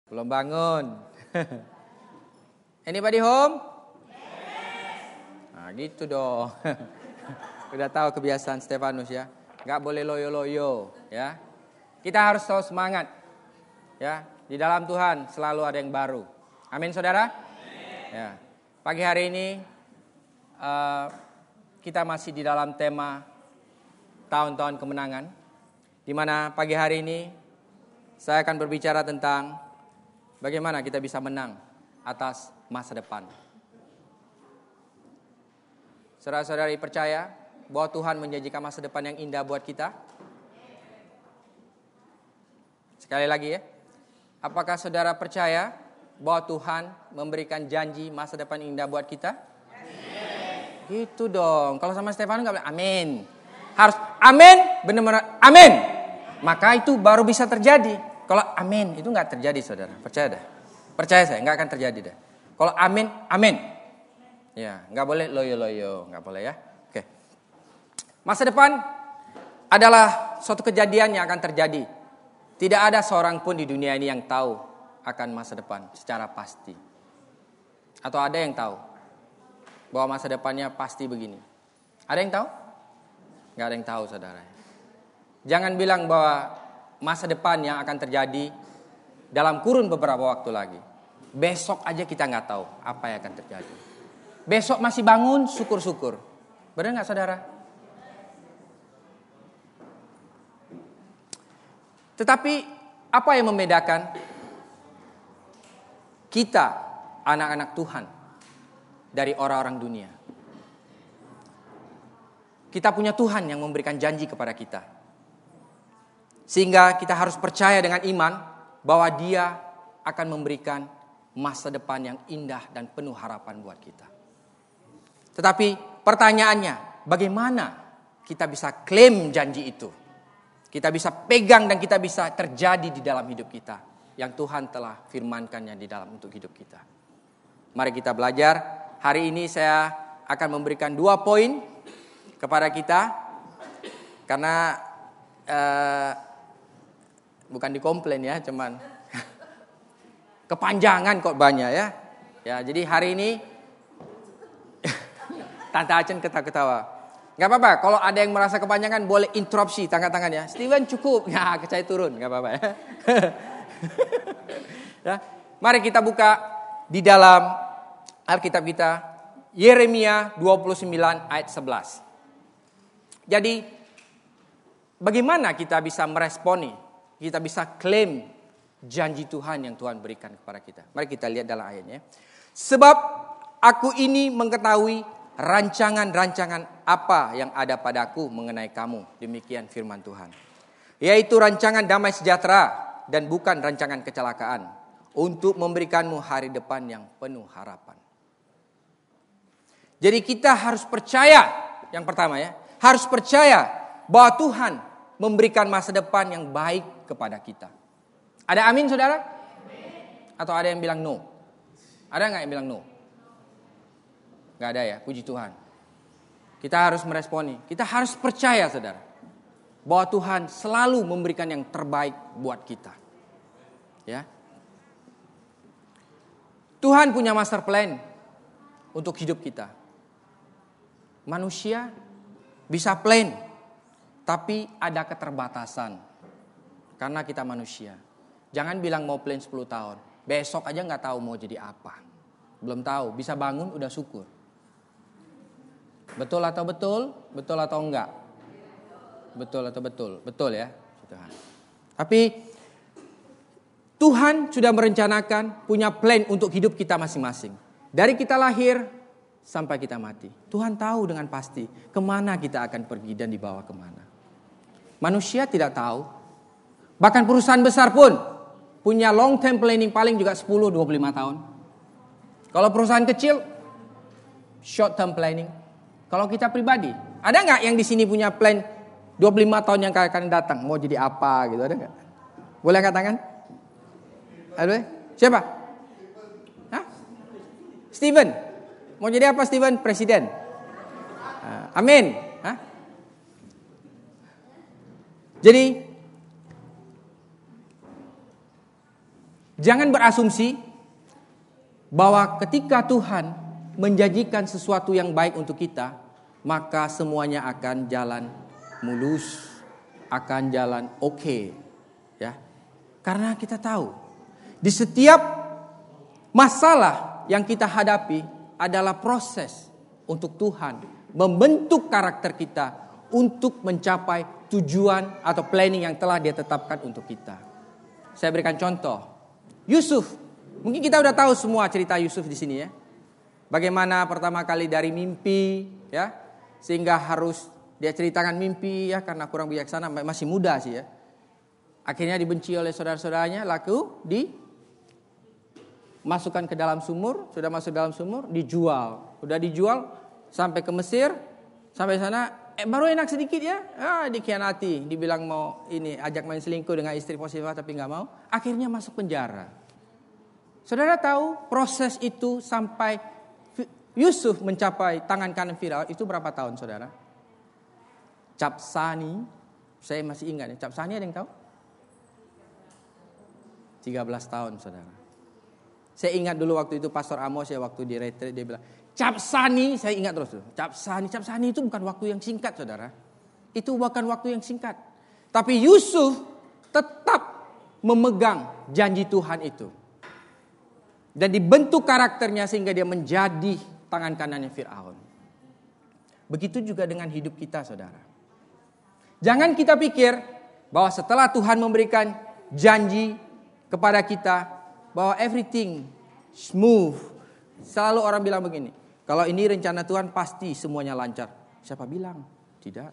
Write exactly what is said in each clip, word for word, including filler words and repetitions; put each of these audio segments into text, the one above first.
Belum bangun. Anybody home? Nah gitu dong. Udah tahu kebiasaan Stefanus ya. Gak boleh loyo-loyo ya. Kita harus selalu semangat ya. Di dalam Tuhan selalu ada yang baru. Amin saudara. Ya. Pagi hari ini uh, kita masih di dalam tema tahun-tahun kemenangan. Di mana pagi hari ini saya akan berbicara tentang bagaimana kita bisa menang atas masa depan. Saudara-saudari percaya bahwa Tuhan menjanjikan masa depan yang indah buat kita? Sekali lagi ya. Apakah saudara percaya bahwa Tuhan memberikan janji masa depan indah buat kita? Amin. Gitu dong. Kalau sama Stefanus enggak boleh amin. Harus amin, benar-benar amin. Maka itu baru bisa terjadi. Kalau amin itu enggak terjadi saudara. Percaya dah. Percaya saya enggak akan terjadi dah. Kalau amin, amin. Ya, enggak boleh loyo-loyo, enggak boleh ya. Oke. Masa depan adalah suatu kejadian yang akan terjadi. Tidak ada seorang pun di dunia ini yang tahu akan masa depan secara pasti. Atau ada yang tahu bahwa masa depannya pasti begini? Ada yang tahu? Enggak ada yang tahu saudara. Jangan bilang bahwa masa depan yang akan terjadi dalam kurun beberapa waktu lagi. Besok aja kita nggak tahu apa yang akan terjadi. Besok masih bangun, syukur-syukur. Benar nggak saudara? Tetapi apa yang membedakan kita, anak-anak Tuhan, dari orang-orang dunia? Kita punya Tuhan yang memberikan janji kepada kita. Sehingga kita harus percaya dengan iman bahwa Dia akan memberikan masa depan yang indah dan penuh harapan buat kita. Tetapi pertanyaannya, bagaimana kita bisa klaim janji itu? Kita bisa pegang dan kita bisa terjadi di dalam hidup kita yang Tuhan telah firmankannya di dalam untuk hidup kita. Mari kita belajar. Hari ini saya akan memberikan dua poin kepada kita. Karena uh, bukan dikomplain ya, cuman kepanjangan kok banyak ya. Ya, jadi hari ini Tante Acen ketawa-ketawa. Gak apa-apa, kalau ada yang merasa kepanjangan boleh interupsi tangan-tangan ya. Steven cukup, ya saya turun, gak apa-apa ya. Ya. Mari kita buka di dalam Alkitab kita, Yeremia dua puluh sembilan ayat sebelas. Jadi, bagaimana kita bisa meresponi, kita bisa klaim janji Tuhan yang Tuhan berikan kepada kita. Mari kita lihat dalam ayatnya. Sebab aku ini mengetahui rancangan-rancangan apa yang ada padaku mengenai kamu. Demikian firman Tuhan. Yaitu rancangan damai sejahtera dan bukan rancangan kecelakaan. Untuk memberikanmu hari depan yang penuh harapan. Jadi kita harus percaya. Yang pertama ya. Harus percaya bahwa Tuhan memberikan masa depan yang baik kepada kita. Ada amin saudara? Atau ada yang bilang no? Ada gak yang bilang no? Gak ada ya, puji Tuhan. Kita harus meresponi. Kita harus percaya saudara. Bahwa Tuhan selalu memberikan yang terbaik buat kita. Ya. Tuhan punya master plan untuk hidup kita. Manusia bisa plan. Tapi ada keterbatasan. Karena kita manusia. Jangan bilang mau plan sepuluh tahun. Besok aja gak tahu mau jadi apa. Belum tahu, bisa bangun udah syukur. Betul atau betul? Betul atau enggak? Betul atau betul? Betul ya. Tuhan. Tapi Tuhan sudah merencanakan, punya plan untuk hidup kita masing-masing. Dari kita lahir sampai kita mati. Tuhan tahu dengan pasti kemana kita akan pergi dan dibawa kemana. Manusia tidak tahu. Bahkan perusahaan besar pun punya long term planning paling juga sepuluh sampai dua puluh lima tahun. Kalau perusahaan kecil short term planning. Kalau kita pribadi, ada nggak yang di sini punya plan dua puluh lima tahun yang akan datang mau jadi apa gitu, ada nggak? Boleh angkat tangan? Ada? Siapa? Hah? Steven. Mau jadi apa Steven? Presiden. Amin. Hah? Jadi Jangan berasumsi bahwa ketika Tuhan menjanjikan sesuatu yang baik untuk kita, maka semuanya akan jalan mulus, akan jalan oke, okay, ya. Karena kita tahu di setiap masalah yang kita hadapi adalah proses untuk Tuhan membentuk karakter kita untuk mencapai tujuan atau planning yang telah Dia tetapkan untuk kita. Saya berikan contoh. Yusuf, mungkin kita udah tahu semua cerita Yusuf di sini ya. Bagaimana pertama kali dari mimpi ya, sehingga harus dia ceritakan mimpi ya karena kurang bijaksana, masih muda sih ya. Akhirnya dibenci oleh saudara-saudaranya, laku dimasukkan ke dalam sumur, sudah masuk dalam sumur, dijual. Udah dijual sampai ke Mesir, sampai sana eh, baru enak sedikit ya, ah, dikhianati, dibilang mau ini ajak main selingkuh dengan istri Potifar tapi nggak mau, akhirnya masuk penjara. Saudara tahu proses itu sampai Yusuf mencapai tangan kanan Firaun itu berapa tahun, saudara? Capsani, saya masih ingat ya, Capsani ada yang tahu? tiga belas tahun, saudara. Saya ingat dulu waktu itu Pastor Amos ya, waktu di retreat dia bilang, Capsani, saya ingat terus tuh. Capsani, Capsani itu bukan waktu yang singkat, saudara. Itu bukan waktu yang singkat. Tapi Yusuf tetap memegang janji Tuhan itu. Dan dibentuk karakternya sehingga dia menjadi tangan kanannya Firaun. Begitu juga dengan hidup kita, saudara. Jangan kita pikir bahwa setelah Tuhan memberikan janji kepada kita bahwa everything smooth. Selalu orang bilang begini, kalau ini rencana Tuhan pasti semuanya lancar. Siapa bilang? Tidak.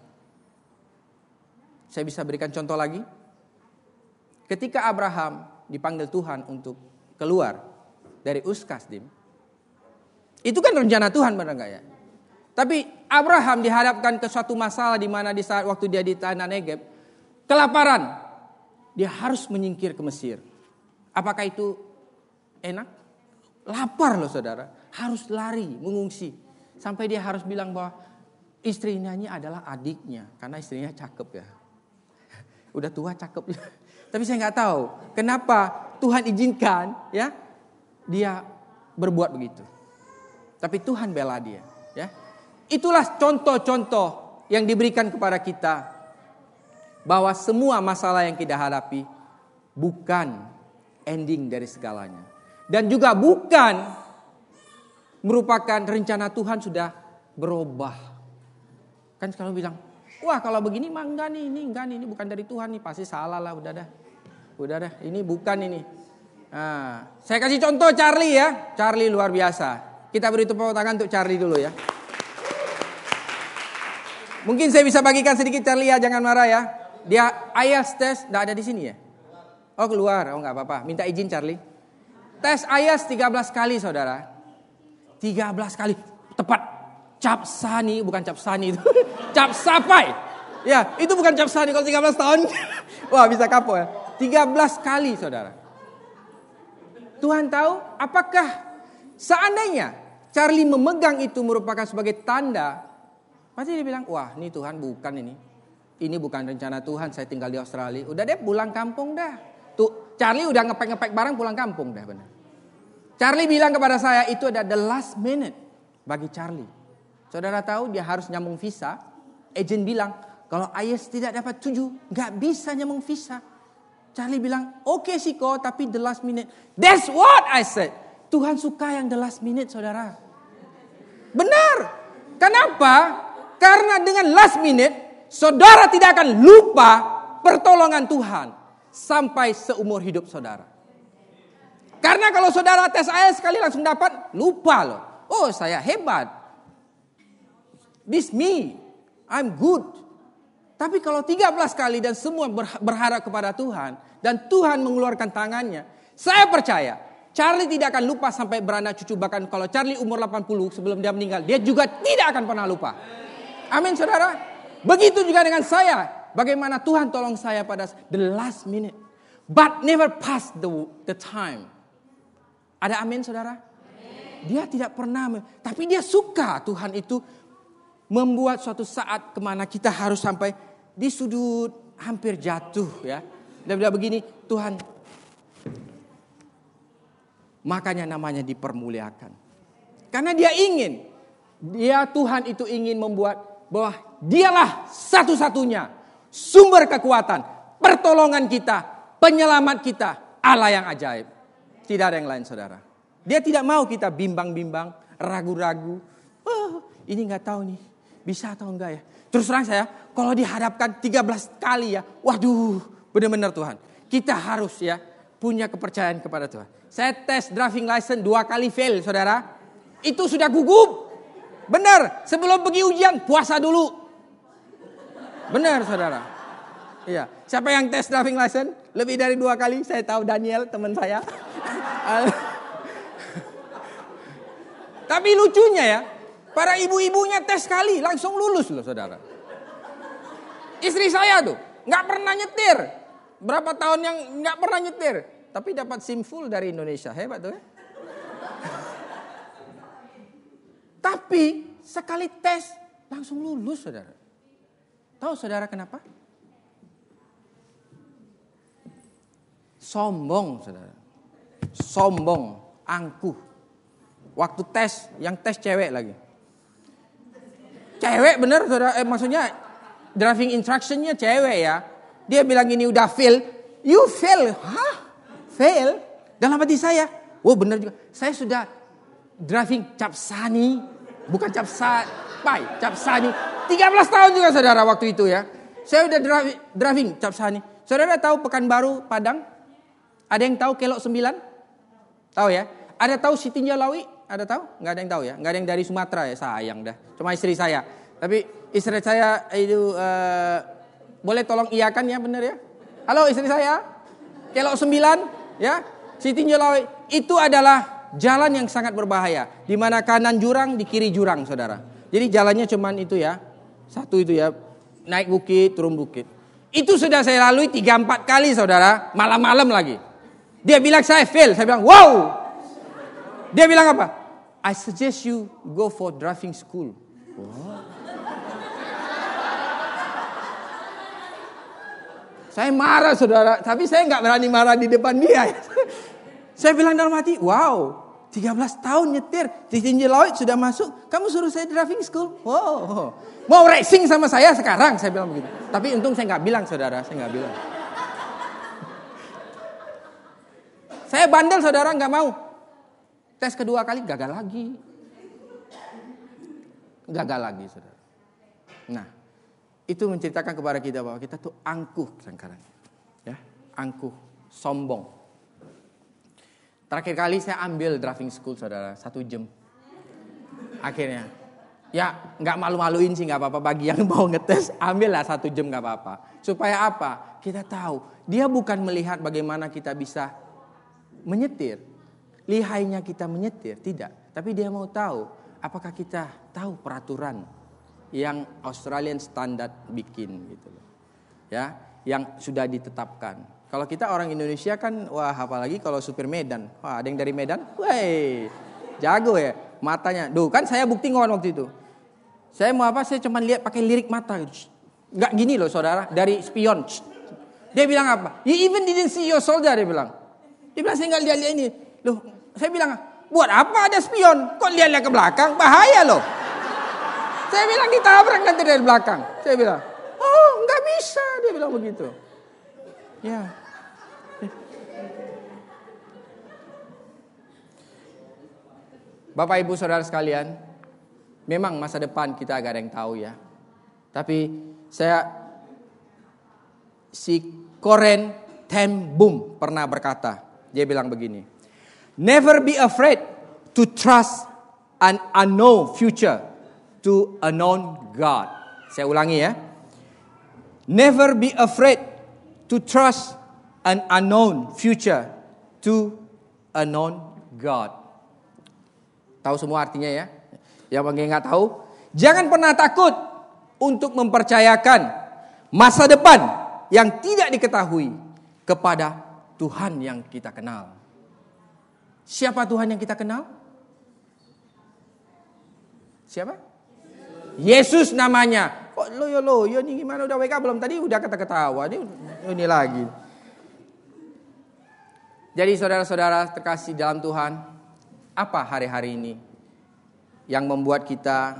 Saya bisa berikan contoh lagi. Ketika Abraham dipanggil Tuhan untuk keluar dari Uz Kasdim, itu kan rencana Tuhan, benar nggak ya? Tapi Abraham dihadapkan ke suatu masalah di mana di saat waktu dia di tanah Negeb, kelaparan, dia harus menyingkir ke Mesir. Apakah itu enak? Lapar loh, saudara, harus lari, mengungsi, sampai dia harus bilang bahwa istrinya ini adalah adiknya, karena istrinya cakep ya, udah tua cakep. Tapi saya nggak tahu kenapa Tuhan izinkan ya dia berbuat begitu. Tapi Tuhan bela dia, ya. Itulah contoh-contoh yang diberikan kepada kita bahwa semua masalah yang kita hadapi bukan ending dari segalanya. Dan juga bukan merupakan rencana Tuhan sudah berubah. Kan kalau bilang, wah kalau begini mah enggak nih, ini enggak nih, ini bukan dari Tuhan nih, pasti salah lah, udah dah. Udah dah, ini bukan ini. Nah, saya kasih contoh Charlie ya. Charlie luar biasa. Kita beri tepuk tangan untuk Charlie dulu ya. Mungkin saya bisa bagikan sedikit Charlie ya, jangan marah ya. Dia I E L T S tes, enggak ada di sini ya? Oh keluar, oh enggak apa-apa. Minta izin Charlie. Tes I E L T S tiga belas kali, saudara. tiga belas kali. Tepat. Capsani, bukan Capsani itu. Capsapai. Ya, itu bukan Capsani kalau tiga belas tahun. Wah, bisa kapok ya. tiga belas kali, saudara. Tuhan tahu apakah seandainya Charlie memegang itu merupakan sebagai tanda, pasti dia bilang, wah ini Tuhan bukan ini. Ini bukan rencana Tuhan, saya tinggal di Australia. Udah deh pulang kampung dah. Tuh Charlie udah ngepek-ngepek barang pulang kampung dah, benar. Charlie bilang kepada saya itu ada the last minute bagi Charlie. Saudara tahu dia harus nyambung visa. Agen bilang kalau I E L T S tidak dapat tujuh, gak bisa nyambung visa. Charlie bilang, oke okay, Siko, tapi the last minute. That's what I said. Tuhan suka yang the last minute, saudara. Benar. Kenapa? Karena dengan last minute, saudara tidak akan lupa pertolongan Tuhan sampai seumur hidup saudara. Karena kalau saudara tes I E L T S sekali langsung dapat, lupa loh. Oh saya hebat. This me. I'm good. Tapi kalau tiga belas kali dan semua berharap kepada Tuhan dan Tuhan mengeluarkan tangannya, saya percaya Charlie tidak akan lupa sampai beranak cucu. Bahkan kalau Charlie umur delapan puluh sebelum dia meninggal, dia juga tidak akan pernah lupa. Amin saudara. Begitu juga dengan saya. Bagaimana Tuhan tolong saya pada the last minute. But never pass the, the time. Ada amin saudara? Dia tidak pernah, tapi dia suka Tuhan itu membuat suatu saat kemana kita harus sampai di sudut hampir jatuh ya. Dan bila begini Tuhan makanya namanya dipermuliakan. Karena dia ingin, dia Tuhan itu ingin membuat bahwa dialah satu-satunya sumber kekuatan, pertolongan kita, penyelamat kita, Allah yang ajaib. Tidak ada yang lain, saudara. Dia tidak mau kita bimbang-bimbang, ragu-ragu. Oh, ini nggak tahu nih, bisa atau enggak ya. Terus terang saya, kalau dihadapkan tiga belas kali ya, waduh, benar-benar Tuhan. Kita harus ya punya kepercayaan kepada Tuhan. Saya tes driving license dua kali fail, saudara. Itu sudah gugup. Benar, sebelum pergi ujian puasa dulu. Benar, saudara. Iya, siapa yang tes driving license lebih dari dua kali? Saya tahu Daniel, teman saya. Tapi lucunya ya, para ibu-ibunya tes sekali langsung lulus loh, saudara. Istri saya tuh nggak pernah nyetir, berapa tahun yang nggak pernah nyetir, tapi dapat SIM full dari Indonesia, hebat tuh ya. Tapi sekali tes langsung lulus, saudara. Tahu saudara kenapa? Sombong, saudara. Sombong, angkuh. Waktu tes, yang tes cewek lagi. Cewek bener, saudara. Eh, maksudnya driving instructionnya cewek ya. Dia bilang ini udah fail. You fail? Hah? Fail? Dalam hati saya, oh bener juga. Saya sudah driving capsani. Bukan capsapai, capsani. tiga belas tahun juga, saudara, waktu itu ya. Saya udah driving, driving capsani. Saudara tahu Pekanbaru, Padang? Ada yang tahu Kelok sembilan? Tahu ya? Ada tahu Sitinjau Lawi? Ada tahu? Nggak ada yang tahu ya? Nggak ada yang dari Sumatera ya? Sayang dah. Cuma istri saya. Tapi istri saya itu uh, boleh tolong iyakan ya, benar ya? Halo istri saya. Kelok sembilan ya? Sitinjau Lawi. Itu adalah jalan yang sangat berbahaya. Di mana kanan jurang, di kiri jurang, saudara. Jadi jalannya cuman itu ya. Satu itu ya. Naik bukit, turun bukit. Itu sudah saya lalui tiga empat kali, saudara. Malam-malam lagi. Dia bilang saya fail. Saya bilang wow. Dia bilang apa? I suggest you go for driving school. Wow. Saya marah, saudara. Tapi saya nggak berani marah di depan dia. Saya bilang dalam hati, wow. tiga belas tahun nyetir, Sitinjau Lawi sudah masuk, kamu suruh saya driving school. Wow. Mau racing sama saya sekarang, saya bilang begitu. Tapi untung saya nggak bilang, saudara, saya nggak bilang. Saya bandel, saudara, nggak mau. Tes kedua kali gagal lagi. Gagal lagi, saudara. Nah, itu menceritakan kepada kita bahwa kita tuh angkuh sekarang. Ya, angkuh, sombong. Terakhir kali saya ambil driving school, saudara, satu jam. Akhirnya, ya nggak malu-maluin sih, nggak apa-apa bagi yang mau ngetes, ambillah satu jam nggak apa-apa. Supaya apa? Kita tahu dia bukan melihat bagaimana kita bisa menyetir, lihainya kita menyetir, tidak. Tapi dia mau tahu apakah kita tahu peraturan yang Australian Standard bikin gitu loh, ya, yang sudah ditetapkan. Kalau kita orang Indonesia kan, wah apalagi kalau supir Medan. Wah ada yang dari Medan, wah jago ya matanya. Duh kan saya bukti ngon waktu itu. Saya mau apa, saya cuma lihat pakai lirik mata. Nggak gini loh, saudara, dari spion. Dia bilang apa? You even didn't see your soldier, dia bilang. Dia bilang saya nggak lihat-lihat ini. Loh saya bilang, buat apa ada spion? Kok lihat-lihat ke belakang? Bahaya loh. Saya bilang ditabrak nanti dari belakang. Saya bilang, oh nggak bisa, dia bilang begitu. Ya. Bapak Ibu Saudara sekalian, memang masa depan kita gak ada yang tahu ya. Tapi saya si Koren ten Boom pernah berkata, dia bilang begini, never be afraid to trust an unknown future to a known God. Saya ulangi ya. Never be afraid to trust an unknown future to a known God. Tahu semua artinya ya? Yang bagi nggak tahu, jangan pernah takut untuk mempercayakan masa depan yang tidak diketahui kepada Tuhan yang kita kenal. Siapa Tuhan yang kita kenal? Siapa? Yesus namanya. Kok lo yo lo, yo ini gimana udah W K belum? Tadi udah kata ketawa, ini ini lagi. Jadi saudara-saudara terkasih dalam Tuhan, apa hari-hari ini yang membuat kita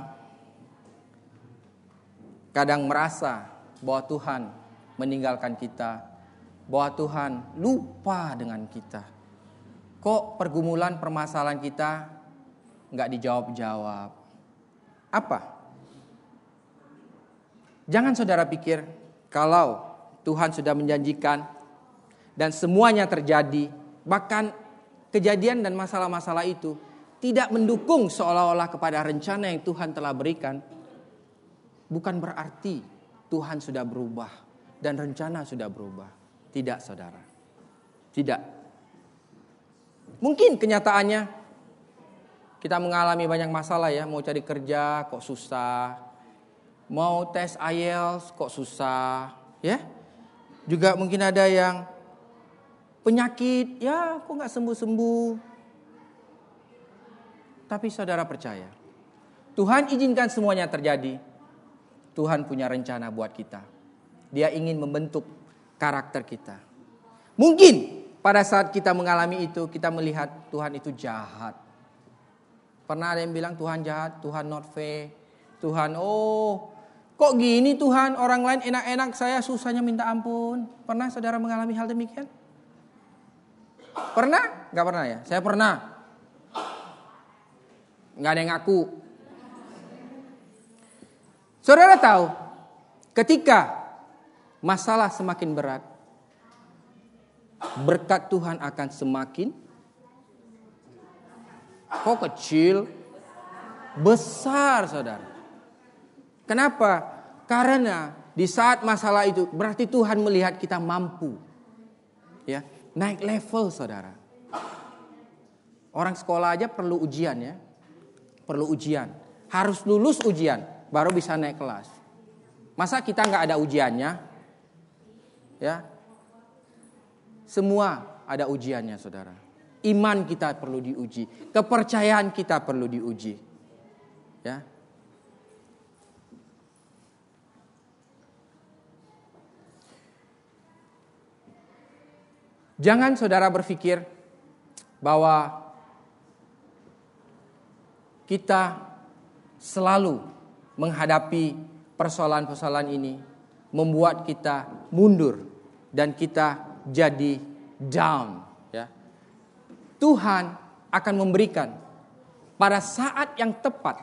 kadang merasa bahwa Tuhan meninggalkan kita, bahwa Tuhan lupa dengan kita? Kok pergumulan permasalahan kita nggak dijawab-jawab? Apa? Jangan saudara pikir kalau Tuhan sudah menjanjikan dan semuanya terjadi, bahkan kejadian dan masalah-masalah itu tidak mendukung seolah-olah kepada rencana yang Tuhan telah berikan, bukan berarti Tuhan sudah berubah dan rencana sudah berubah. Tidak, saudara. Tidak. Mungkin kenyataannya kita mengalami banyak masalah ya, mau cari kerja kok susah, mau tes I E L T S kok susah, ya. Juga mungkin ada yang penyakit, ya kok gak sembuh-sembuh. Tapi saudara percaya, Tuhan izinkan semuanya terjadi. Tuhan punya rencana buat kita. Dia ingin membentuk karakter kita. Mungkin pada saat kita mengalami itu, kita melihat Tuhan itu jahat. Pernah ada yang bilang Tuhan jahat, Tuhan not fair. Tuhan, oh kok gini Tuhan, orang lain enak-enak, saya susahnya minta ampun. Pernah saudara mengalami hal demikian? Pernah? Gak pernah ya? Saya pernah. Gak ada yang ngaku. Saudara tahu, ketika masalah semakin berat, berkat Tuhan akan semakin kok kecil, besar saudara. Kenapa? Karena di saat masalah itu berarti Tuhan melihat kita mampu, ya, naik level saudara. Orang sekolah aja perlu ujian ya, perlu ujian, harus lulus ujian baru bisa naik kelas. Masa kita nggak ada ujiannya, ya? Semua ada ujiannya saudara. Iman kita perlu diuji, kepercayaan kita perlu diuji, ya. Jangan saudara berpikir bahwa kita selalu menghadapi persoalan-persoalan ini membuat kita mundur dan kita jadi down, ya. Tuhan akan memberikan pada saat yang tepat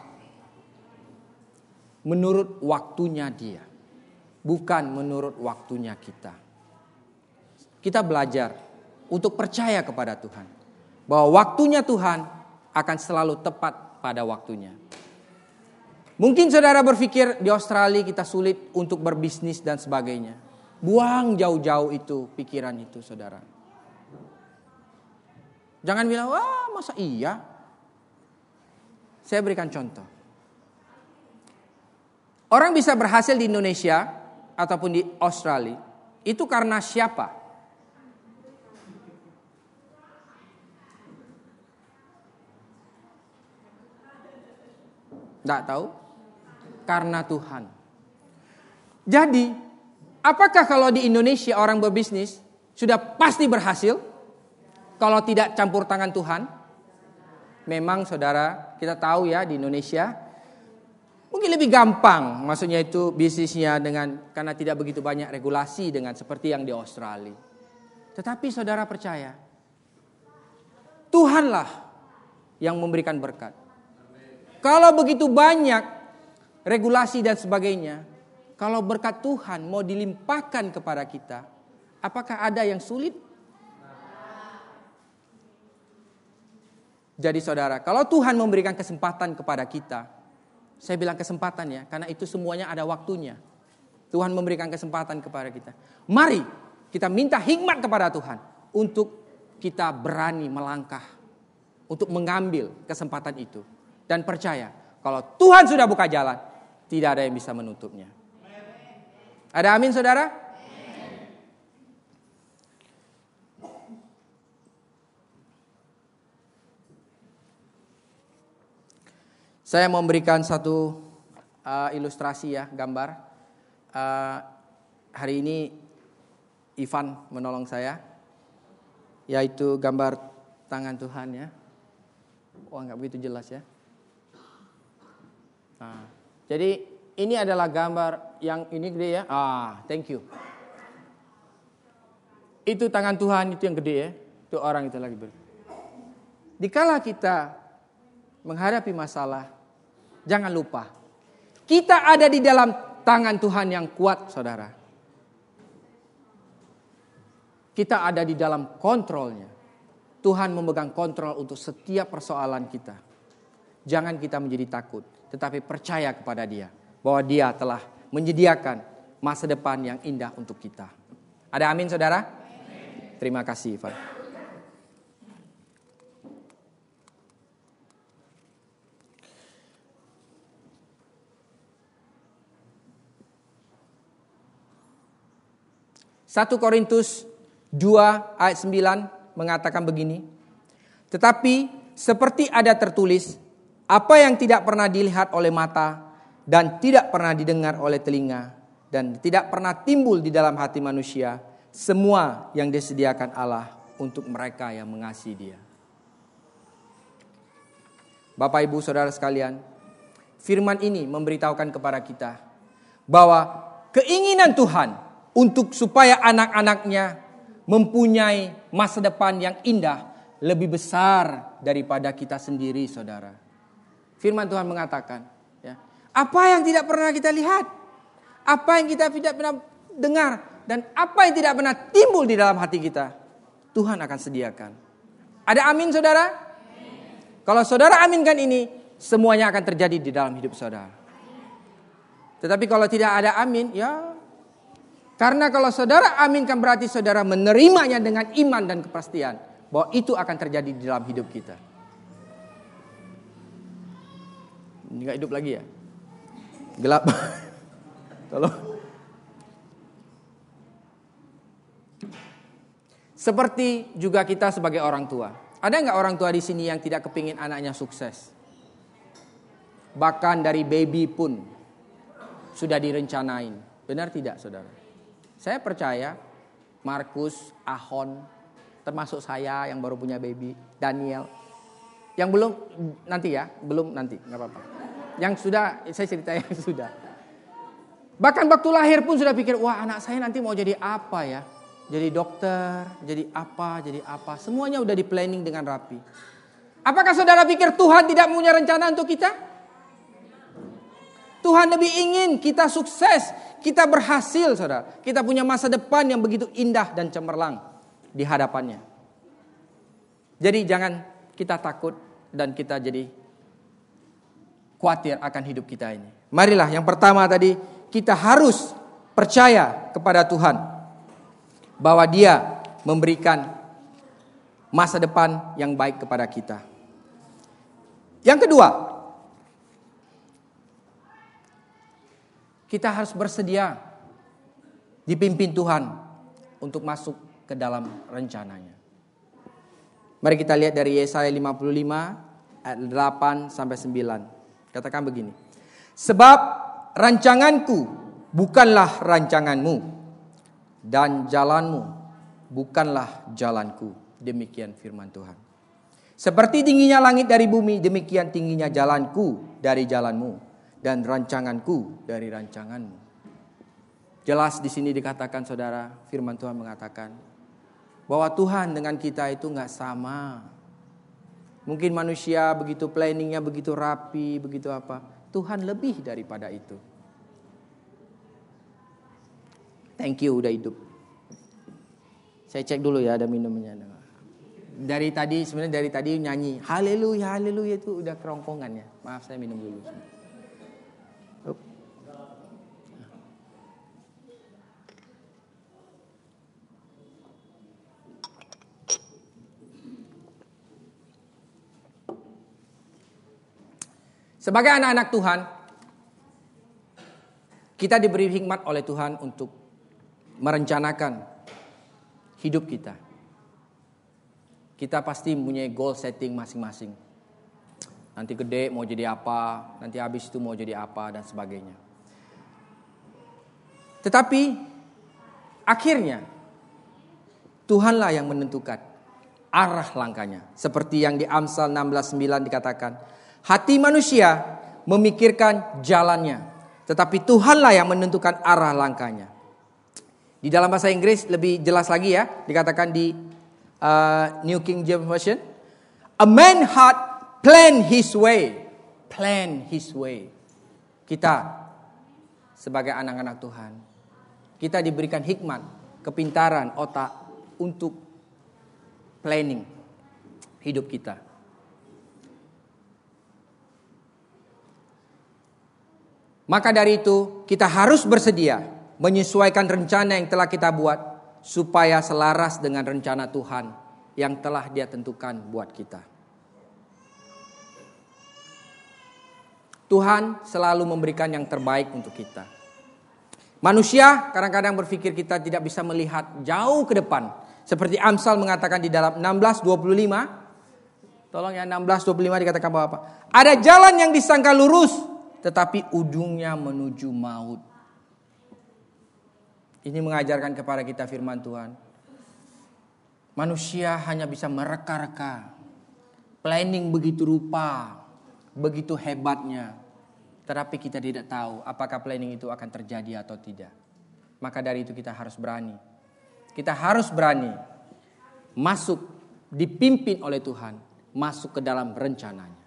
menurut waktunya Dia, bukan menurut waktunya kita. Kita belajar untuk percaya kepada Tuhan, bahwa waktunya Tuhan akan selalu tepat pada waktunya. Mungkin saudara berpikir di Australia kita sulit untuk berbisnis dan sebagainya. Buang jauh-jauh itu pikiran itu saudara. Jangan bilang, wah masa iya. Saya berikan contoh. Orang bisa berhasil di Indonesia ataupun di Australia itu karena siapa? Tidak tahu? Karena Tuhan. Jadi, apakah kalau di Indonesia orang berbisnis sudah pasti berhasil? Kalau tidak campur tangan Tuhan? Memang saudara, kita tahu ya di Indonesia mungkin lebih gampang. Maksudnya itu bisnisnya dengan karena tidak begitu banyak regulasi dengan seperti yang di Australia. Tetapi saudara percaya, Tuhanlah yang memberikan berkat. Kalau begitu banyak regulasi dan sebagainya, kalau berkat Tuhan mau dilimpahkan kepada kita, apakah ada yang sulit? Jadi saudara, kalau Tuhan memberikan kesempatan kepada kita, saya bilang kesempatan ya, karena itu semuanya ada waktunya. Tuhan memberikan kesempatan kepada kita. Mari kita minta hikmat kepada Tuhan untuk kita berani melangkah, untuk mengambil kesempatan itu. Dan percaya, kalau Tuhan sudah buka jalan, tidak ada yang bisa menutupnya. Ada amin saudara? Saya memberikan satu uh, ilustrasi ya, gambar. Uh, hari ini Ivan menolong saya. yaitu gambar tangan Tuhan ya. Wah, nggak begitu jelas ya. Nah, jadi ini adalah gambar yang ini gede ya. Ah, thank you. Itu tangan Tuhan itu yang gede ya. Itu orang itu lagi ber. Dikala kita menghadapi masalah, jangan lupa kita ada di dalam tangan Tuhan yang kuat, saudara. Kita ada di dalam kontrolnya. Tuhan memegang kontrol untuk setiap persoalan kita. Jangan kita menjadi takut, tetapi percaya kepada Dia bahwa Dia telah menyediakan masa depan yang indah untuk kita. Ada amin, saudara? Terima kasih, Pak. satu Korintus dua ayat sembilan mengatakan begini. Tetapi seperti ada tertulis, apa yang tidak pernah dilihat oleh mata dan tidak pernah didengar oleh telinga dan tidak pernah timbul di dalam hati manusia, semua yang disediakan Allah untuk mereka yang mengasihi Dia. Bapak, Ibu, Saudara sekalian, firman ini memberitahukan kepada kita bahwa keinginan Tuhan untuk supaya anak-anaknya mempunyai masa depan yang indah lebih besar daripada kita sendiri, saudara. Firman Tuhan mengatakan, ya, apa yang tidak pernah kita lihat, apa yang kita tidak pernah dengar, dan apa yang tidak pernah timbul di dalam hati kita, Tuhan akan sediakan. Ada amin, saudara? Amin. Kalau saudara aminkan ini, semuanya akan terjadi di dalam hidup saudara. Tetapi kalau tidak ada amin, ya, karena kalau saudara aminkan berarti saudara menerimanya dengan iman dan kepastian bahwa itu akan terjadi di dalam hidup kita. Ini gak hidup lagi ya? Gelap. Tolong. Seperti juga kita sebagai orang tua. Ada gak orang tua di sini yang tidak kepingin anaknya sukses? Bahkan dari baby pun sudah direncanain. Benar tidak, saudara? Saya percaya Markus, Ahon, termasuk saya yang baru punya baby, Daniel, yang belum nanti ya, belum nanti, nggak apa-apa. Yang sudah, saya cerita yang sudah. Bahkan waktu lahir pun sudah pikir, wah anak saya nanti mau jadi apa ya? Jadi dokter, jadi apa, jadi apa. Semuanya udah di planning dengan rapi. Apakah saudara pikir Tuhan tidak punya rencana untuk kita? Tuhan lebih ingin kita sukses, kita berhasil, saudara. Kita punya masa depan yang begitu indah dan cemerlang di hadapannya. Jadi jangan kita takut dan kita jadi khawatir akan hidup kita ini. Marilah yang pertama tadi, kita harus percaya kepada Tuhan bahwa Dia memberikan masa depan yang baik kepada kita. Yang kedua, kita harus bersedia dipimpin Tuhan untuk masuk ke dalam rencananya. Mari kita lihat dari Yesaya lima puluh lima ayat delapan sampai sembilan. Katakan begini. Sebab rancanganku bukanlah rancanganmu dan jalanmu bukanlah jalanku. Demikian firman Tuhan. Seperti tingginya langit dari bumi, demikian tingginya jalanku dari jalanmu dan rancanganku dari rancanganmu. Jelas di sini dikatakan, saudara, firman Tuhan mengatakan bahwa Tuhan dengan kita itu nggak sama. Mungkin manusia begitu planningnya begitu rapi, begitu apa. Tuhan lebih daripada itu. Thank you udah hidup. Saya cek dulu ya ada minumnya. Dari tadi sebenarnya dari tadi nyanyi haleluya haleluya itu udah kerongkongan ya. Maaf saya minum dulu. Sebagai anak-anak Tuhan, kita diberi hikmat oleh Tuhan untuk merencanakan hidup kita. Kita pasti mempunyai goal setting masing-masing. Nanti gede mau jadi apa, nanti habis itu mau jadi apa dan sebagainya. Tetapi akhirnya Tuhanlah yang menentukan arah langkahnya. Seperti yang di Amsal enam belas sembilan dikatakan, hati manusia memikirkan jalannya, tetapi Tuhanlah yang menentukan arah langkahnya. Di dalam bahasa Inggris lebih jelas lagi ya, dikatakan di uh, New King James Version, a man had planned his way, plan his way. Kita sebagai anak-anak Tuhan, kita diberikan hikmat, kepintaran, otak untuk planning hidup kita. Maka dari itu kita harus bersedia menyesuaikan rencana yang telah kita buat supaya selaras dengan rencana Tuhan yang telah Dia tentukan buat kita. Tuhan selalu memberikan yang terbaik untuk kita. Manusia kadang-kadang berpikir kita tidak bisa melihat jauh ke depan. Seperti Amsal mengatakan di dalam enam belas dua puluh lima. Tolong ya, enam belas dua puluh lima dikatakan bahwa apa? Ada jalan yang disangka lurus, tetapi ujungnya menuju maut. Ini mengajarkan kepada kita firman Tuhan. Manusia hanya bisa mereka-reka. Planning begitu rupa, begitu hebatnya. Tetapi kita tidak tahu apakah planning itu akan terjadi atau tidak. Maka dari itu kita harus berani. Kita harus berani masuk, dipimpin oleh Tuhan, masuk ke dalam rencananya.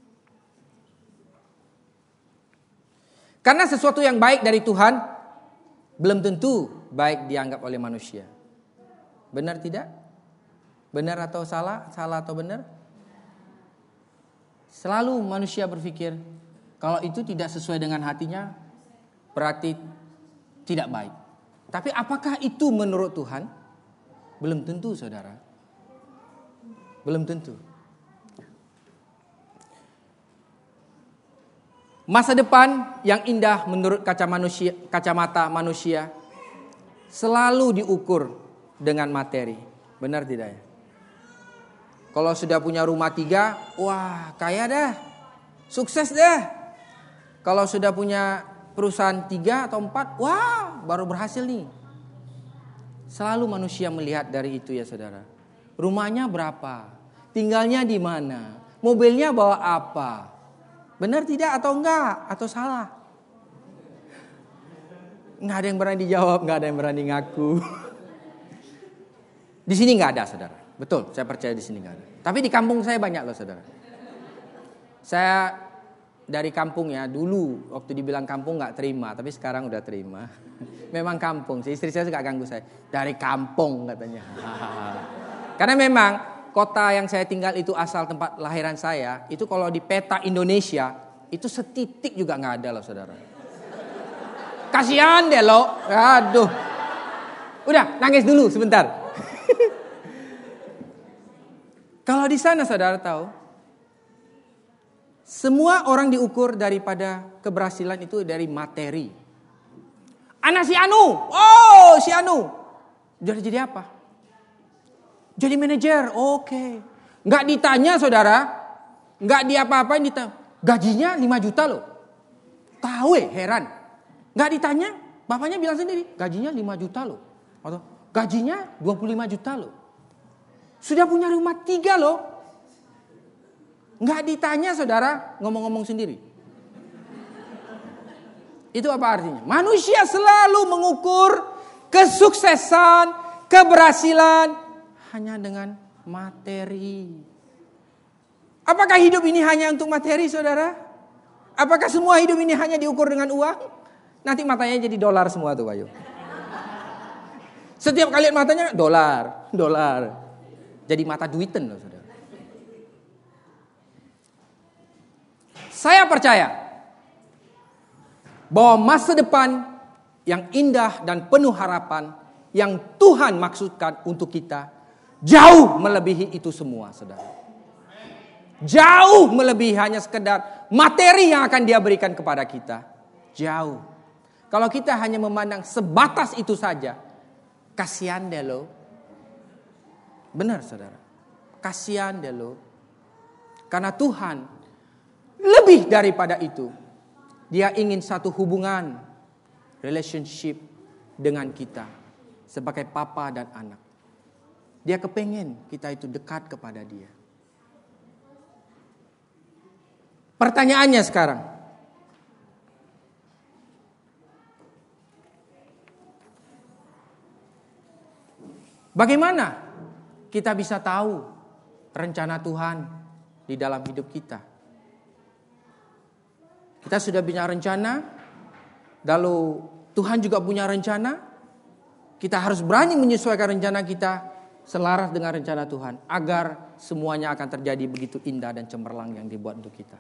Karena sesuatu yang baik dari Tuhan belum tentu baik dianggap oleh manusia. Benar tidak? Benar atau salah? Salah atau benar? Selalu manusia berpikir kalau itu tidak sesuai dengan hatinya berarti tidak baik. Tapi apakah itu menurut Tuhan? Belum tentu, saudara. Belum tentu. Masa depan yang indah menurut kaca manusia, kacamata manusia selalu diukur dengan materi. Benar tidak ya? Kalau sudah punya rumah tiga, wah kaya dah, sukses dah. Kalau sudah punya perusahaan tiga atau empat, wah baru berhasil nih. Selalu manusia melihat dari itu ya saudara. Rumahnya berapa? Tinggalnya di mana? Mobilnya bawa apa? Benar tidak atau enggak? Atau salah? Enggak ada yang berani dijawab, enggak ada yang berani ngaku. Di sini enggak ada, saudara. Betul, saya percaya di sini enggak ada. Tapi di kampung saya banyak loh, saudara. Saya dari kampung ya, dulu waktu dibilang kampung enggak terima, tapi sekarang udah terima. Memang kampung, si istri saya suka ganggu saya. Dari kampung katanya. Karena memang kota yang saya tinggal itu asal tempat lahiran saya, itu kalau di peta Indonesia, itu setitik juga gak ada loh saudara. Kasihan deh lo, aduh. Udah, nangis dulu sebentar. Kalau di sana saudara tahu, semua orang diukur daripada keberhasilan itu dari materi. Anak si Anu, oh si Anu, jadi jadi apa? Jadi manajer, oke. Okay. Nggak ditanya saudara, nggak diapa-apain ditanya. Gajinya lima juta loh. Tahu eh, heran. Nggak ditanya, bapaknya bilang sendiri, gajinya lima juta loh. Atau gajinya dua puluh lima juta loh. Sudah punya rumah tiga loh. Nggak ditanya saudara, ngomong-ngomong sendiri. Itu apa artinya? Manusia selalu mengukur kesuksesan, keberhasilan hanya dengan materi. Apakah hidup ini hanya untuk materi, saudara? Apakah semua hidup ini hanya diukur dengan uang? Nanti matanya jadi dolar semua tuh, Bayu. Setiap kali matanya dolar, dolar. Jadi mata duiten loh, saudara. Saya percaya bahwa masa depan yang indah dan penuh harapan yang Tuhan maksudkan untuk kita jauh melebihi itu semua, saudara. Jauh melebihi hanya sekedar materi yang akan Dia berikan kepada kita. Jauh. Kalau kita hanya memandang sebatas itu saja, kasihan deh lo. Benar, saudara. Kasihan deh lo. Karena Tuhan lebih daripada itu. Dia ingin satu hubungan, relationship dengan kita sebagai papa dan anak. Dia kepengen kita itu dekat kepada dia. Pertanyaannya sekarang, bagaimana kita bisa tahu rencana Tuhan di dalam hidup kita? Kita sudah punya rencana, lalu Tuhan juga punya rencana. Kita harus berani menyesuaikan rencana kita selaras dengan rencana Tuhan, agar semuanya akan terjadi begitu indah dan cemerlang yang dibuat untuk kita.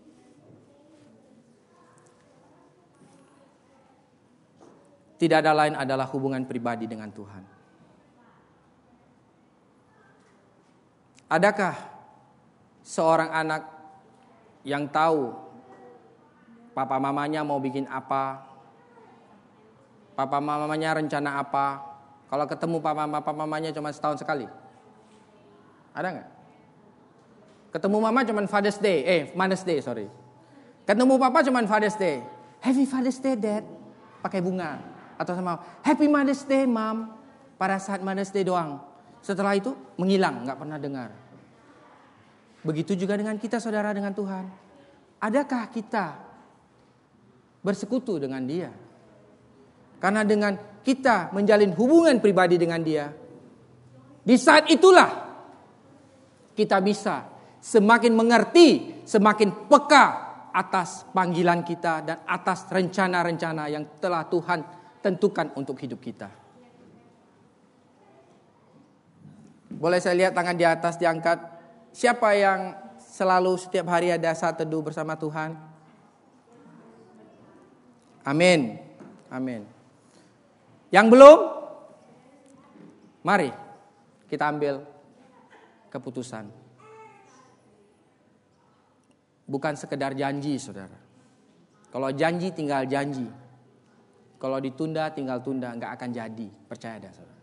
Tidak ada lain adalah hubungan pribadi dengan Tuhan. Adakah seorang anak yang tahu papa mamanya mau bikin apa, papa mamanya rencana apa? Kalau ketemu papa papa mamanya cuma setahun sekali, ada nggak? Ketemu mama cuma Father's Day, eh Mother's Day sorry. Ketemu papa cuma Father's Day, Happy Father's Day Dad, pakai bunga. Atau sama Happy Mother's Day Mom, pada saat Mother's Day doang. Setelah itu menghilang, nggak pernah dengar. Begitu juga dengan kita saudara dengan Tuhan. Adakah kita bersekutu dengan Dia? Karena dengan kita menjalin hubungan pribadi dengan Dia, di saat itulah kita bisa semakin mengerti, semakin peka atas panggilan kita dan atas rencana-rencana yang telah Tuhan tentukan untuk hidup kita. Boleh saya lihat tangan di atas diangkat. Siapa yang selalu setiap hari ada saat teduh bersama Tuhan? Amin. Amin. Yang belum? Mari kita ambil keputusan. Bukan sekedar janji, saudara. Kalau janji tinggal janji. Kalau ditunda tinggal tunda, nggak akan jadi. Percaya dah, saudara.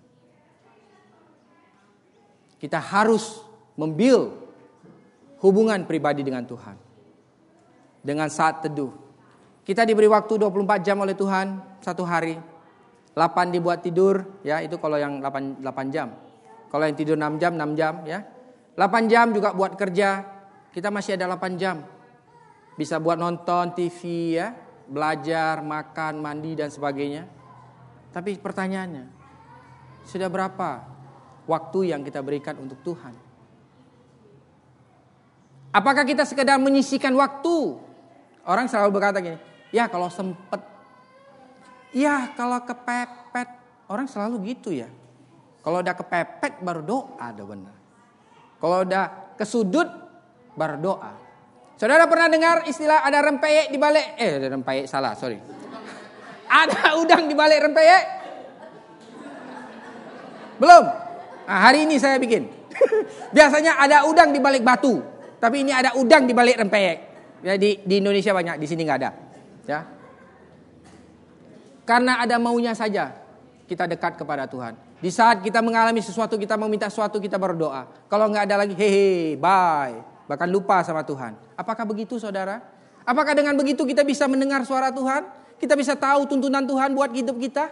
Kita harus membuild hubungan pribadi dengan Tuhan. Dengan saat teduh. Kita diberi waktu dua puluh empat jam oleh Tuhan satu hari. delapan dibuat tidur, ya itu kalau yang delapan, delapan jam. Kalau yang tidur enam jam, enam jam, ya. delapan jam juga buat kerja. Kita masih ada delapan jam. Bisa buat nonton T V, ya. Belajar, makan, mandi dan sebagainya. Tapi pertanyaannya, sudah berapa waktu yang kita berikan untuk Tuhan? Apakah kita sekedar menyisihkan waktu? Orang selalu berkata gini, ya kalau sempet, ya kalau kepepet. Orang selalu gitu ya. Kalau udah kepepet baru doa, ada benar. Kalau udah kesudut baru doa. Saudara pernah dengar istilah ada rempeyek di balik? Eh, ada rempeyek salah, sorry. Ada udang di balik rempeyek? Belum? Nah, hari ini saya bikin. Biasanya ada udang di balik batu, tapi ini ada udang di balik rempeyek. Ya, di, di Indonesia banyak, di sini nggak ada. Ya. Karena ada maunya saja kita dekat kepada Tuhan. Di saat kita mengalami sesuatu, kita mau minta sesuatu, kita berdoa. Kalau nggak ada lagi, hehe, bye. Bahkan lupa sama Tuhan. Apakah begitu saudara? Apakah dengan begitu kita bisa mendengar suara Tuhan? Kita bisa tahu tuntunan Tuhan buat hidup kita?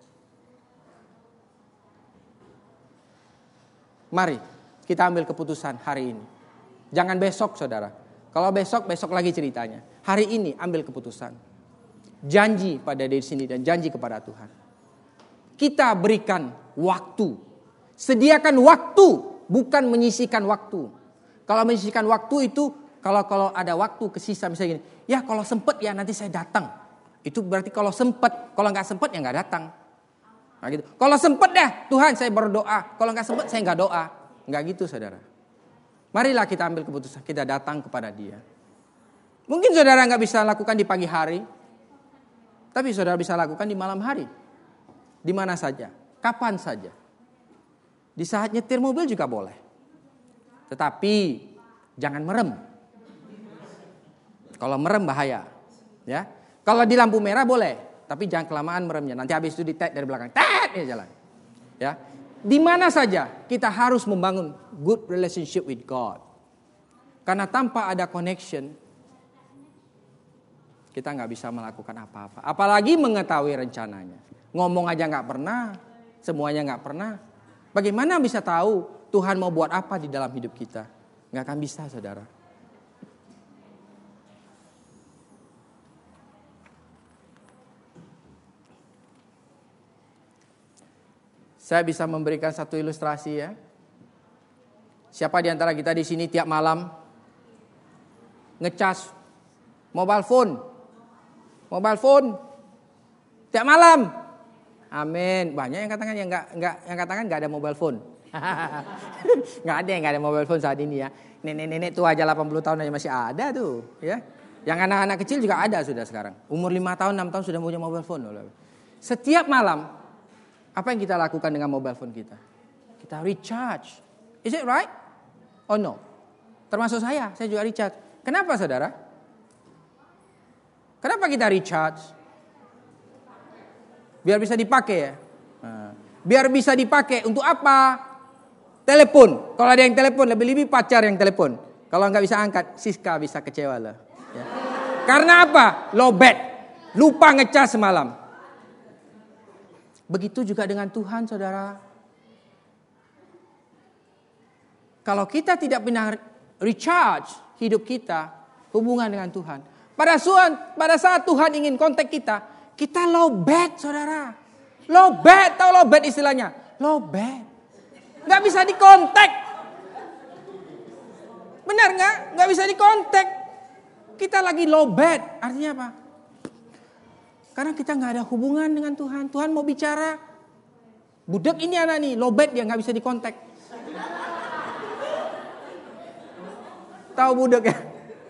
Mari kita ambil keputusan hari ini. Jangan besok saudara. Kalau besok, besok lagi ceritanya. Hari ini ambil keputusan. Janji pada diri sendiri dan janji kepada Tuhan. Kita berikan waktu. Sediakan waktu, bukan menyisihkan waktu. Kalau menyisihkan waktu itu, kalau kalau ada waktu kesisa misalnya gini, ya kalau sempet ya nanti saya datang. Itu berarti kalau sempet, kalau nggak sempet ya nggak datang. Nah, gitu. Kalau sempet deh, Tuhan saya berdoa. Kalau nggak sempet saya nggak doa. Nggak gitu saudara. Marilah kita ambil keputusan, kita datang kepada Dia. Mungkin saudara nggak bisa lakukan di pagi hari, tapi saudara bisa lakukan di malam hari. Di mana saja, kapan saja. Di saat nyetir mobil juga boleh. Tetapi jangan merem. Kalau merem bahaya, ya. Kalau di lampu merah boleh, tapi jangan kelamaan meremnya. Nanti habis itu ditet dari belakang, tet ya jalan. Ya. Di mana saja kita harus membangun good relationship with God. Karena tanpa ada connection, kita nggak bisa melakukan apa-apa. Apalagi mengetahui rencananya. Ngomong aja nggak pernah, semuanya nggak pernah. Bagaimana bisa tahu Tuhan mau buat apa di dalam hidup kita? Nggak akan bisa, saudara. Saya bisa memberikan satu ilustrasi ya. Siapa di antara kita di sini tiap malam ngecas mobile phone? Mobile phone tiap malam. Amin. Banyak yang katakan yang enggak enggak yang katakan enggak ada mobile phone. Enggak ada yang enggak ada mobile phone saat ini ya. Nenek-nenek tua aja delapan puluh tahun aja masih ada tuh, ya. Yang anak-anak kecil juga ada sudah sekarang. Umur lima tahun, enam tahun sudah punya mobile phone loh. Setiap malam apa yang kita lakukan dengan mobile phone kita? Kita recharge. Is it right? Oh no. Termasuk saya, saya juga recharge. Kenapa saudara? Kenapa kita recharge? Biar bisa dipakai ya. Biar bisa dipakai untuk apa? Telepon. Kalau ada yang telepon, lebih-lebih pacar yang telepon. Kalau nggak bisa angkat, Siska bisa kecewa lah. Ya. Karena apa? Lowbat. Lupa ngecas semalam. Begitu juga dengan Tuhan, saudara. Kalau kita tidak pernah recharge hidup kita, hubungan dengan Tuhan. Pada saat, pada saat Tuhan ingin kontak kita, kita lowbat, saudara. Lowbat, tahu lowbat istilahnya? Lowbat. Gak bisa dikontak. Benar gak? Gak bisa dikontak. Kita lagi lowbat. Artinya apa? Karena kita gak ada hubungan dengan Tuhan. Tuhan mau bicara. Budak ini anak nih, lowbat dia gak bisa dikontak. Tahu budak ya?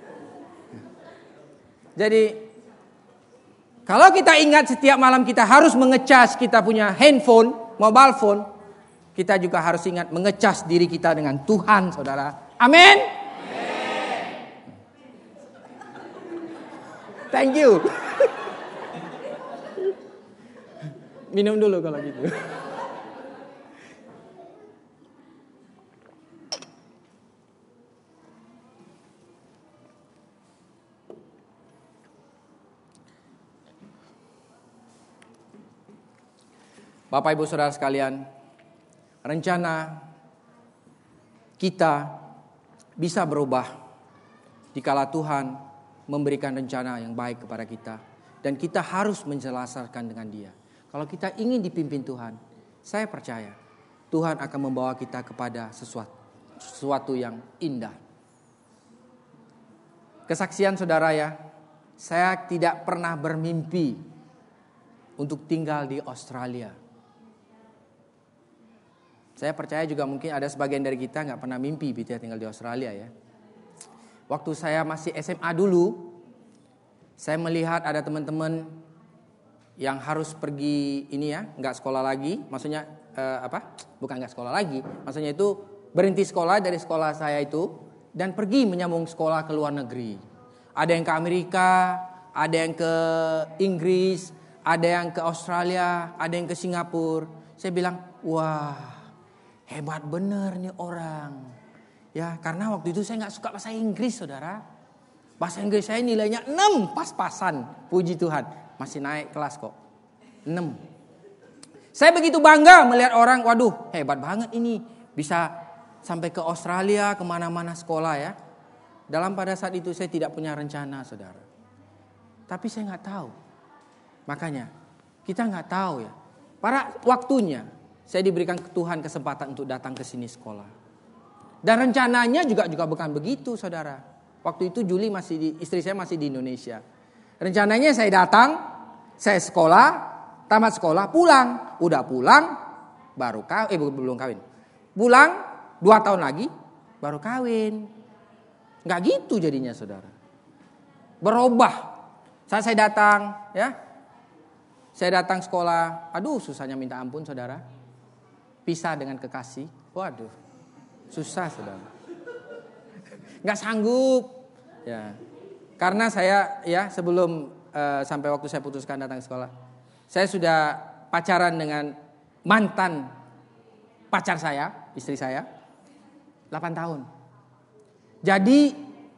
Jadi kalau kita ingat setiap malam kita harus mengecas kita punya handphone, mobile phone, kita juga harus ingat mengecas diri kita dengan Tuhan, saudara. Amin. Thank you. Minum dulu kalau gitu. Bapak Ibu Saudara sekalian, rencana kita bisa berubah dikala Tuhan memberikan rencana yang baik kepada kita. Dan kita harus menjelaskan dengan dia. Kalau kita ingin dipimpin Tuhan, saya percaya Tuhan akan membawa kita kepada sesuatu, sesuatu yang indah. Kesaksian saudara ya, saya tidak pernah bermimpi untuk tinggal di Australia. Saya percaya juga mungkin ada sebagian dari kita gak pernah mimpi gitu ya tinggal di Australia ya. Waktu saya masih S M A dulu, saya melihat ada teman-teman yang harus pergi ini ya, gak sekolah lagi. Maksudnya eh, apa? Bukan gak sekolah lagi. Maksudnya itu berhenti sekolah dari sekolah saya itu dan pergi menyambung sekolah ke luar negeri. Ada yang ke Amerika, ada yang ke Inggris, ada yang ke Australia, ada yang ke Singapura. Saya bilang, wah, hebat bener nih orang. Ya, karena waktu itu saya gak suka bahasa Inggris, saudara. Bahasa Inggris saya nilainya enam, pas-pasan. Puji Tuhan, masih naik kelas kok. enam. Saya begitu bangga melihat orang, waduh hebat banget ini. Bisa sampai ke Australia, kemana-mana sekolah ya. Dalam pada saat itu saya tidak punya rencana, saudara. Tapi saya gak tahu. Makanya, kita gak tahu ya. Pada waktunya, saya diberikan Tuhan kesempatan untuk datang ke sini sekolah. Dan rencananya juga juga bukan begitu, saudara. Waktu itu Juli masih di, istri saya masih di Indonesia. Rencananya saya datang, saya sekolah, tamat sekolah, pulang. Udah pulang, baru kawin, eh belum kawin. Pulang dua tahun lagi, baru kawin. Nggak gitu jadinya, saudara. Berubah. Saat saya datang, ya, saya datang sekolah. Aduh, susahnya minta ampun, saudara. Pisah dengan kekasih, waduh, susah saudara, nggak sanggup, ya, karena saya ya sebelum uh, sampai waktu saya putuskan datang ke sekolah, saya sudah pacaran dengan mantan pacar saya, istri saya, delapan tahun. Jadi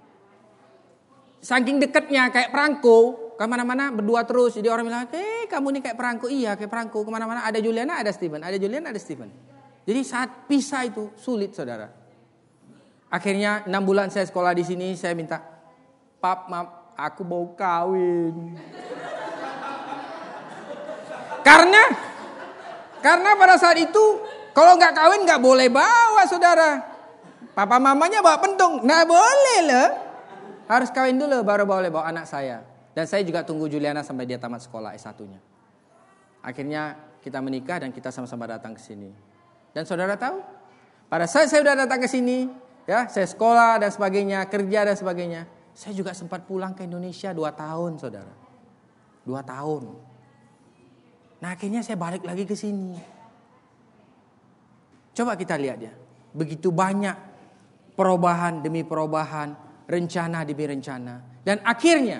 saking dekatnya kayak perangko, kemana-mana berdua terus. Jadi orang bilang, eh kamu nih kayak perangko. Iya kayak perangko, kemana-mana ada Juliana ada Steven, ada Juliana ada Steven. Jadi saat pisah itu sulit saudara. Akhirnya enam bulan saya sekolah di sini, saya minta, Pap, maaf, aku mau kawin. Karena, karena pada saat itu, kalau nggak kawin nggak boleh bawa saudara. Papa mamanya bawa pentung, nggak boleh loh. Harus kawin dulu baru boleh bawa anak saya. Dan saya juga tunggu Juliana sampai dia tamat sekolah S satu-nya. Akhirnya kita menikah dan kita sama-sama datang ke sini. Dan saudara tahu, pada saat saya sudah datang ke sini, ya, saya sekolah dan sebagainya, kerja dan sebagainya, saya juga sempat pulang ke Indonesia dua tahun, saudara. Dua tahun. Nah, akhirnya saya balik lagi ke sini. Coba kita lihat ya, begitu banyak perubahan demi perubahan, rencana demi rencana, dan akhirnya